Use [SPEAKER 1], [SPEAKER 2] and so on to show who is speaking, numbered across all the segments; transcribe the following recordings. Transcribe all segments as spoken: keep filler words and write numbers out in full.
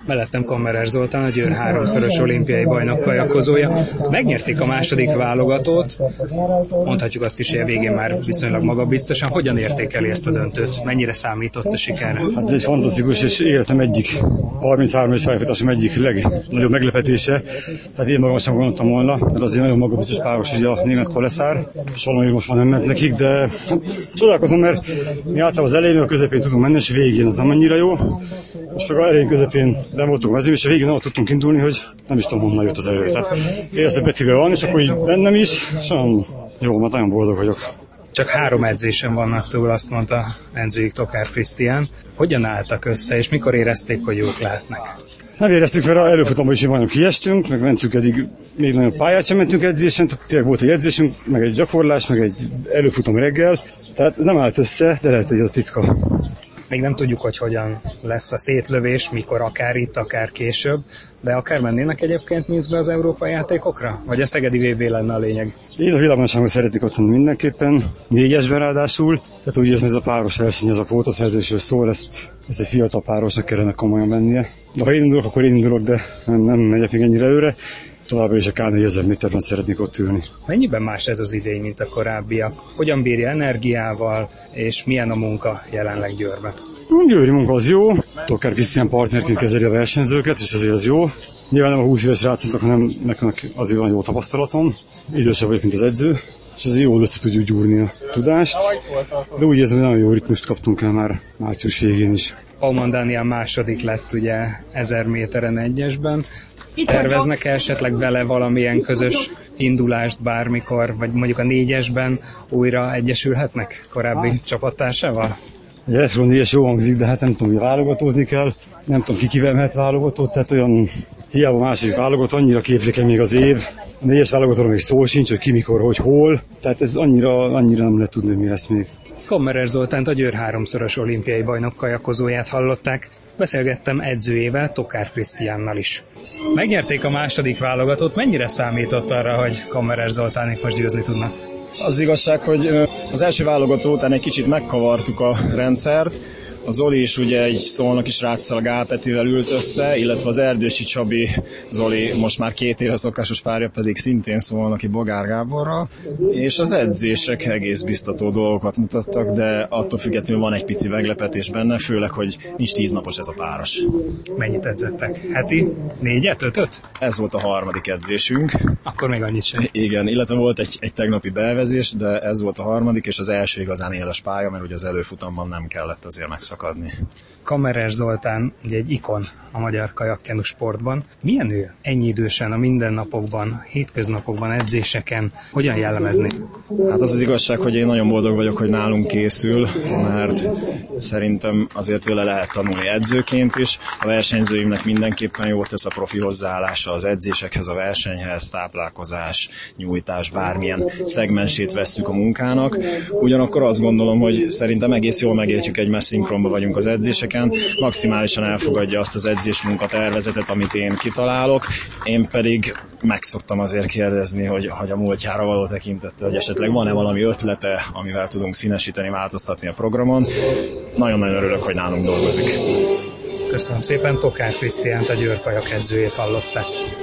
[SPEAKER 1] Mellettem Kammerer Zoltán, a Győr háromszoros olimpiai bajnok kajakozója. Megnyerték a második válogatót, mondhatjuk azt is, hogy a végén már viszonylag magabiztosan. Hogyan értékeli ezt a döntőt? Mennyire számított a sikerre?
[SPEAKER 2] Hát ez egy fantasztikus, és életem egyik harminchárom éves pályafutásom egyik legnagyobb meglepetése. Tehát én magam sem gondoltam volna, mert azért nagyon magabiztos páros, ugye a német Koleszár, és valami most már nem ment nekik, de hát, csodálkozom, mert mi általában az elején, a közepén tudunk menni, és végén az nem annyira jó. Most meg a elején közepén nem voltunk mezőn, és a végén ott tudtunk indulni, hogy nem is tudom, honnan jött az erő. Tehát éreztem, hogy Petivel van, és akkor így bennem is, és olyan jó, mert nagyon boldog vagyok.
[SPEAKER 1] Csak három edzésen vannak túl, azt mondta edzőjük Tokár Krisztián. Hogyan álltak össze, és mikor érezték, hogy jók lehetnek?
[SPEAKER 2] Nem éreztük, mert előfutamban is majdnem kiestünk, meg mentünk eddig, még nagyon pályát sem mentünk edzésen, tehát tényleg volt egy edzésünk, meg egy gyakorlás, meg egy előfutam reggel, tehát nem állt össze, de lehet, hogy ez a titka.
[SPEAKER 1] Még nem tudjuk, hogy hogyan lesz a szétlövés, mikor akár itt, akár később, de akár mennének egyébként Minszbe az európai játékokra? Vagy a szegedi vé bé lenne a lényeg?
[SPEAKER 2] Én a világbajnokságon szeretnék ott mindenképpen, négyesben ráadásul, tehát úgy érzem, ez a páros verseny, ez a kvótaszerződésről szól, ezt, ezt egy fiatal párosnak kellene komolyan mennie. De ha én indulok, akkor én indulok, de nem, nem megyek még ennyire előre. Továbbra is a ká négyezer méterben szeretnék ott ülni.
[SPEAKER 1] Mennyiben más ez az idény, mint a korábbiak? Hogyan bírja energiával, és milyen a munka jelenleg Győrben?
[SPEAKER 2] A győri munka az jó, Tokár Krisztián partnerként kezeli a versenyzőket, és ezért az jó. Nyilván nem a húsz éves rácoknak, hanem nekem azért van jó tapasztalatom. Idősebb vagyok, mint az edző, és ezért jól össze tudjuk gyúrni a tudást. De úgy érzem, hogy nagyon jó ritmust kaptunk el már március végén is.
[SPEAKER 1] Baumann Dániel második lett ugye ezer méteren egyesben. Terveznek esetleg vele valamilyen közös indulást bármikor, vagy mondjuk a négyesben újra egyesülhetnek korábbi csapattársával?
[SPEAKER 2] Egy eszról négyes jó hangzik, de hát nem tudom, hogy válogatózni kell, nem tudom, ki kivel mehet válogatót, tehát olyan hiába második válogató, annyira képlékeny még az év. A négyes válogatóról még szó sincs, hogy ki, mikor, hogy, hol, tehát ez annyira, annyira nem lehet tudni, mi lesz még.
[SPEAKER 1] Kammerer Zoltánt, a Győr háromszoros olimpiai bajnok kajakozóját hallották. Beszélgettem edzőjével, Tokár Krisztiánnal is. Megnyerték a második válogatót, mennyire számított arra, hogy Kammerer Zoltánék most győzni tudnak?
[SPEAKER 3] Az igazság, hogy az első válogató után egy kicsit megkavartuk a rendszert. Az Zoli is ugye egy szolnoki sráccal, a Gál Petivel ült össze, illetve az Erdősi Csabi Zoli most már két éve szokásos párja pedig szintén szolnoki Bogár Gáborral, és az edzések egész biztató dolgokat mutattak, de attól függetlenül van egy pici meglepetés benne, főleg, hogy nincs tíz napos ez a páros.
[SPEAKER 1] Mennyit edzettek? Heti? Négyet? Ötöt?
[SPEAKER 3] Ez volt a harmadik edzésünk.
[SPEAKER 1] Akkor még annyit sem.
[SPEAKER 3] Igen, illetve volt egy, egy tegnapi bevezés, de ez volt a harmadik, és az első igazán éles pálya, mert ugye az előfutamban nem kellett azért megszakadni.
[SPEAKER 1] Kammerer Zoltán ugye egy ikon a magyar kajakkenu sportban. Milyen ő ennyi idősen, a mindennapokban, hétköznapokban, edzéseken, hogyan jellemezni?
[SPEAKER 3] Hát az az igazság, hogy én nagyon boldog vagyok, hogy nálunk készül, mert szerintem azért tőle lehet tanulni edzőként is. A versenyzőimnek mindenképpen jót tesz a profi hozzáállása az edzésekhez, a versenyhez, táplálkozás, nyújtás, bármilyen szegmensét vesszük a munkának. Ugyanakkor azt gondolom, hogy szerintem egész jól megértjük egymás, szinkronba vagyunk az edzéseken, maximálisan elfogadja azt az edzésmunka tervezetet, amit én kitalálok. Én pedig meg szoktam azért kérdezni, hogy, hogy a múltjára való tekintettel, hogy esetleg van-e valami ötlete, amivel tudunk színesíteni, változtatni a programon. Nagyon-nagyon örülök, hogy nálunk dolgozik.
[SPEAKER 1] Köszönöm szépen, Tokár Krisztiánt, a Győr kajak edzőjét hallották.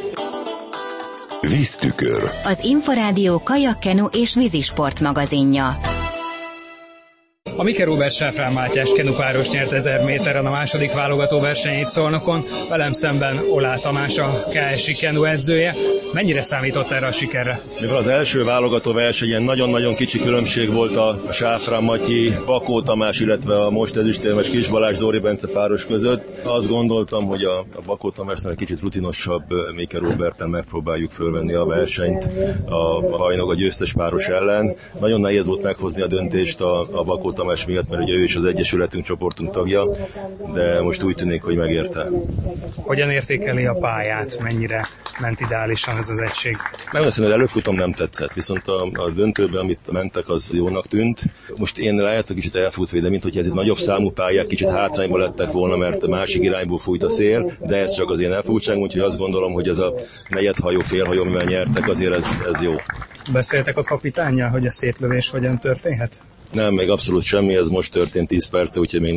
[SPEAKER 4] Víztükör.
[SPEAKER 5] Az Inforádió kajakkenu és vízisport magazinja.
[SPEAKER 1] A Mike Róbert Sáfrán Mátyás kenupáros nyert ezer méteren a második válogató versenyét Szolnokon, velem szemben Olá Tamás, a ká es i kenu edzője. Mennyire számított erre a sikerre?
[SPEAKER 6] Mivel az első válogató versenyen nagyon-nagyon kicsi különbség volt a Sáfrán Matyi, Bakó Tamás, illetve a most ezüstérmes Kis Balázs Dóri Bence páros között, azt gondoltam, hogy a, a Bakó Tamásnak egy kicsit rutinosabb Mike Róberten megpróbáljuk fölvenni a versenyt a hajnog a győztes páros ellen. Nagyon nehéz volt meghozni a döntést a, a Bakó Tamás miatt, mert ugye ő is az egyesületünk, csoportunk tagja, de most úgy tűnik, hogy megérte.
[SPEAKER 1] Hogyan értékeli a pályát? Mennyire ment ideálisan ez az egység?
[SPEAKER 6] Megmondom, hogy az előfutam nem tetszett, viszont a, a döntőben, amit mentek, az jónak tűnt. Most én lehet, hogy kicsit elfutva, de mint hogy ez egy nagyobb számú pályák, kicsit hátrányba lettek volna, mert a másik irányból fújt a szél, de ez csak az én elfutságom, úgyhogy azt gondolom, hogy ez a negyedhajó, félhajó, mivel nyertek, azért ez, ez jó.
[SPEAKER 1] Beszéltek a kapitánnyal, hogy a szétlövés hogyan történhet?
[SPEAKER 6] Nem, még abszolút semmi, ez most történt tíz perce, úgyhogy még nem.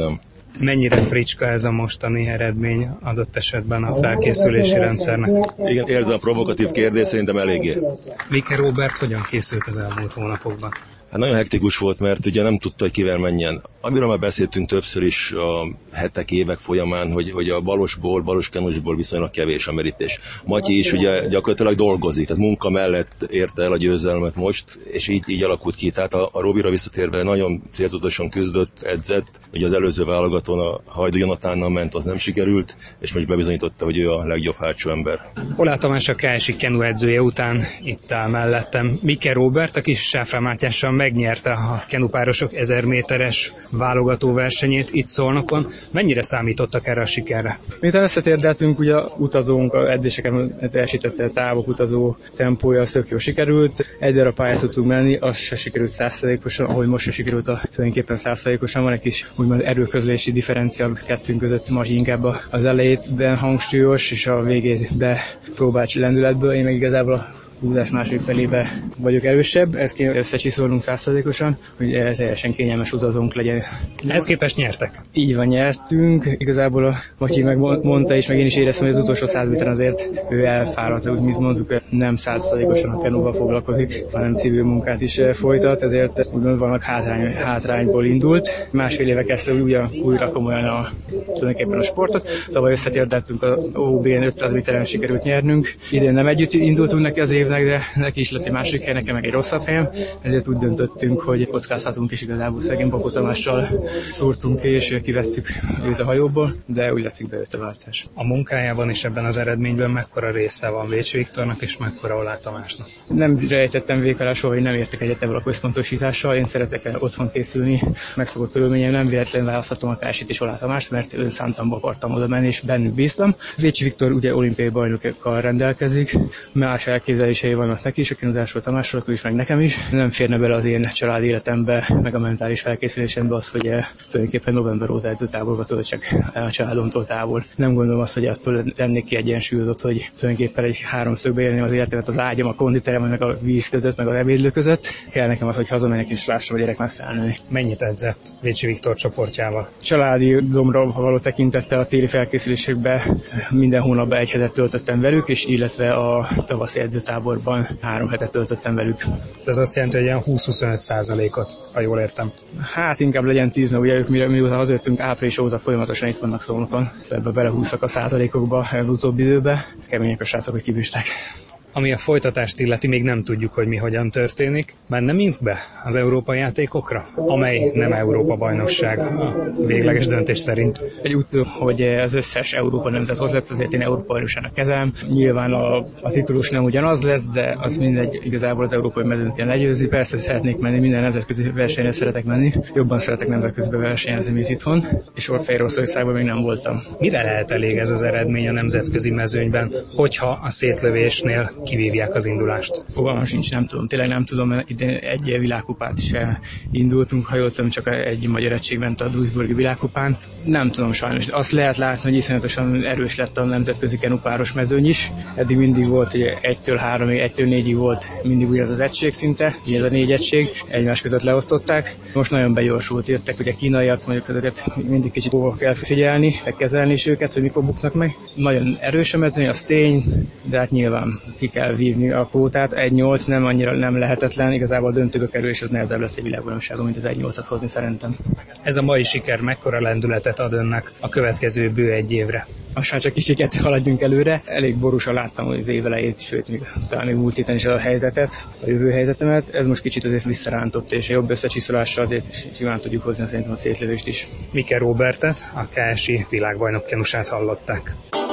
[SPEAKER 1] Mennyire fricska ez a mostani eredmény adott esetben a felkészülési rendszernek?
[SPEAKER 6] Igen, érzem a provokatív kérdés, szerintem eléggé.
[SPEAKER 1] Mike Robert hogyan készült az elmúlt hónapokban?
[SPEAKER 6] Hát nagyon hektikus volt, mert ugye nem tudta, hogy kivel menjen. Amiről már beszéltünk többször is a hetek, évek folyamán, hogy, hogy a balosból, balos kenusból viszonylag kevés a merítés. Matyi is ugye gyakorlatilag dolgozik, tehát munka mellett érte el a győzelmet most, és így, így alakult ki. Tehát a, a Robira visszatérve nagyon céltudatosan küzdött, edzett. Ugye az előző válogatón a Hajdú Jonatánnal ment, az nem sikerült, és most bebizonyította, hogy ő a legjobb hátsó ember.
[SPEAKER 1] Oláh Tamás a ká es i kenu edzője után itt áll mellettem. Mike Robert, aki Sáfrán Mátyással megnyerte a kenupárosok ezer méteres válogató versenyét itt Szolnokon. Mennyire számítottak erre a sikerre?
[SPEAKER 4] Miután összetérdeltünk, ugye utazónk, a edzéseken teljesítette a távok, utazó tempója, az tök jól sikerült. Egyre a pályát tudtunk menni, az se sikerült száz százalékosan, ahogy most se sikerült a tulajdonképpen száz százalékosan. Van egy kis úgymond erőközlési differencia kettőnk között, Matyi inkább az elejében hangsúlyos, és a végében próbált lendületből. Én meg igazából a húzás második felébe vagyok erősebb, ezt kéne összecsiszolnunk száz százalékosan, hogy teljesen kényelmes utazónk legyen.
[SPEAKER 1] Ehhez képest nyertek?
[SPEAKER 4] Így van, nyertünk. Igazából a Matyi megmondta is, meg én is éreztem, hogy az utolsó száz méteren azért ő elfáradt, úgy mint mondtuk, nem száz százalékosan a kenúval foglalkozik, hanem civil munkát is folytat, ezért úgymond vannak hátrány, hátrányból indult. Másfél éve kezdte újra, újra komolyan a, tulajdonképpen a sportot, szóval összetérdettünk a o bé en ötszáz méteren sikerült nyernünk. Idén nem együtt indultunk neki az év, de neki is lett egy második hely, nekem meg egy rosszabb helyem, ezért úgy döntöttünk, hogy kockázhatunk, és igazából szegény Bakó Tamással szúrtunk ki, és kivettük őt a hajóból, de úgy látszik bejött a váltás.
[SPEAKER 1] A munkájában és ebben az eredményben mekkora része van Vécs Viktornak, és mekkora Oláh Tamásnak?
[SPEAKER 4] Nem rejtettem vék alá soha, hogy nem értek egyet ebből a központosítással, én szeretek el otthon készülni, megszokott körülményem, nem véletlenül választhatom a ká es i-t és Oláh Tamást, mert ön szántamból akartam oda menni, és bennük bíztam. Vécs Viktor ugye olimpiai bajnokkal rendelkezik, más elképzelés vannak neki is, a kenuzásról Tamásról, is, meg nekem is. Nem férne bele az én család életembe, meg a mentális felkészülésembe az, hogy eh, tulajdonképpen november óta edzőtáborba töltsek a családomtól távol. Nem gondolom azt, hogy attól lennék kiegyensúlyozott, hogy tulajdonképpen egy háromszögbe élném az életemet az ágyam, a konditerem, meg a víz között, meg az ebédlő között. Kell nekem az, hogy hazamenjek és lássam a gyerek megfelelni.
[SPEAKER 1] Mennyit edzett Vécsi Viktor csoportjával?
[SPEAKER 4] Családi domra való tekintettel a téli felkészülésekbe minden hónapban egy hetet töltöttem velük, és illetve a tavaszi edzőtáborban három hetet töltöttem velük.
[SPEAKER 1] Ez azt jelenti, hogy ilyen húsz-huszonöt százalékot, ha jól értem.
[SPEAKER 4] Hát inkább legyen tíz, ugye ők mi, mióta hazajöttünk április óta folyamatosan itt vannak Szolnokon, szóval ebbe belehúztak a százalékokba az utóbbi időbe. Kemények a srácok, hogy kibízták.
[SPEAKER 1] Ami a folytatást illeti, még nem tudjuk, hogy mi hogyan történik. Menne Minskbe az Európa játékokra, amely nem Európa bajnokság a végleges döntés szerint.
[SPEAKER 4] Egy úgy tudom, hogy az összes Európa nemzet ott lesz, azért én Európa bajnokságnak kezelem. Nyilván a, a titulus nem ugyanaz lesz, de az mindegy, igazából az európai mezőnyt kell legyőzni. Persze szeretnék menni, minden nemzetközi versenyre szeretek menni. Jobban szeretek nemzetközi versenyezni, mint itthon, és Orfehéroroszországban még nem voltam.
[SPEAKER 1] Mire lehet elég ez az eredmény a nemzetközi mezőnyben, hogyha a szétlövésnél kivívják az indulást?
[SPEAKER 4] Fogalmam sincs, nem tudom, tényleg nem tudom, mert idén egy világkupát is indultunk, ha jól tudom, csak egy magyar egység ment a Duisburgi világkupán. Nem tudom sajnos, azt lehet látni, hogy iszonyatosan erős lett a nemzetközi kenupáros mezőny is. Eddig mindig volt, hogy egytől háromig, egytől négyig volt mindig ugyanaz az egység szinte, így ez a négy egység, egymás között leosztották. Most nagyon begyorsult, jöttek ugye kínaiak, mondjuk ezeket mindig kicsit óva kell figyelni, meg kezelni is őket, hogy mikor buknak meg. Nagyon erős a mezőny, az tény, de hát nyilván ki kell vívni a kvótát. egy nyolc nem annyira nem lehetetlen, igazából a döntőbe kerül, és az nehezebb lesz egy világbajnokságon, mint az egy nyolcat hozni szerintem.
[SPEAKER 1] Ez a mai siker mekkora lendületet ad önnek a következő bő egy évre?
[SPEAKER 4] Most már csak kicsiket haladjunk előre. Elég borúsan láttam, hogy az év elejét, sőt, még, talán még múlt héten is a helyzetet, a jövő helyzetemet. Ez most kicsit azért visszarántott, és a jobb összecsiszolással azért simán tudjuk hozni szerintem a szétlövést is.
[SPEAKER 1] Mike Robertet, a ká es i világbajnok kenusát hallották.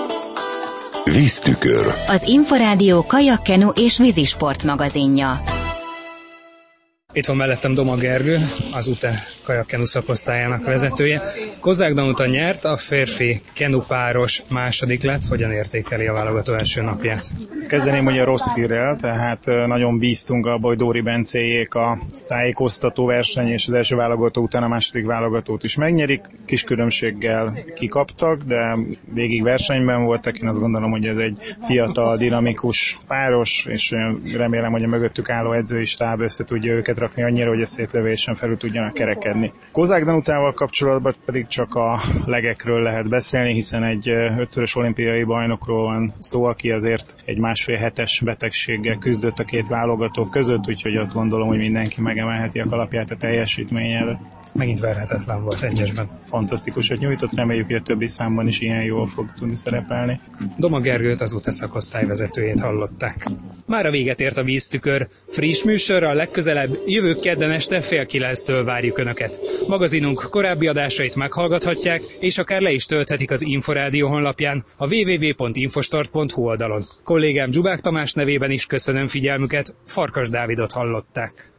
[SPEAKER 5] Víztükör. Az Inforádió kajak-kenu és vízisport magazinja.
[SPEAKER 1] Itt van mellettem Doma Gergő, az u té e kajak-kenu szakosztályának vezetője. Kozák Danuta nyert, a férfi kenupáros második lett. Hogyan értékeli a válogató első napját?
[SPEAKER 7] Kezdeném, hogy a rossz hírrel, tehát nagyon bíztunk abba, hogy Dóri Bencéjék a tájékoztató verseny és az első válogató után a második válogatót is megnyerik. Kis különbséggel kikaptak, de végig versenyben voltak. Én azt gondolom, hogy ez egy fiatal, dinamikus páros, és remélem, hogy a mögöttük álló edzői stáb össze tudja őket rakni annyira, hogy a szétlövésen felül tudjanak kerekedni. elengedni. Kozák Danutával kapcsolatban pedig csak a legekről lehet beszélni, hiszen egy ötszörös olimpiai bajnokról van szó, aki azért egy másfél hetes betegséggel küzdött a két válogató között, úgyhogy azt gondolom, hogy mindenki megemelheti a kalapját a teljesítmény előtt.
[SPEAKER 1] Megint verhetetlen volt egyesben.
[SPEAKER 7] Fantasztikusat nyújtott, reméljük, hogy a többi számban is ilyen jól fog tudni szerepelni.
[SPEAKER 1] Doma Gergőt, az UTE szakosztályvezetőjét hallották. Már a véget ért a Víztükör. Friss műsorral legközelebb jövő kedden este fél kilenctől várjuk Önöket. Magazinunk korábbi adásait meghallgathatják, és akár le is tölthetik az Inforádió honlapján, a double-u double-u double-u pont infostart pont hu oldalon. Kollégám Zsubák Tamás nevében is köszönöm figyelmüket, Farkas Dávidot hallották.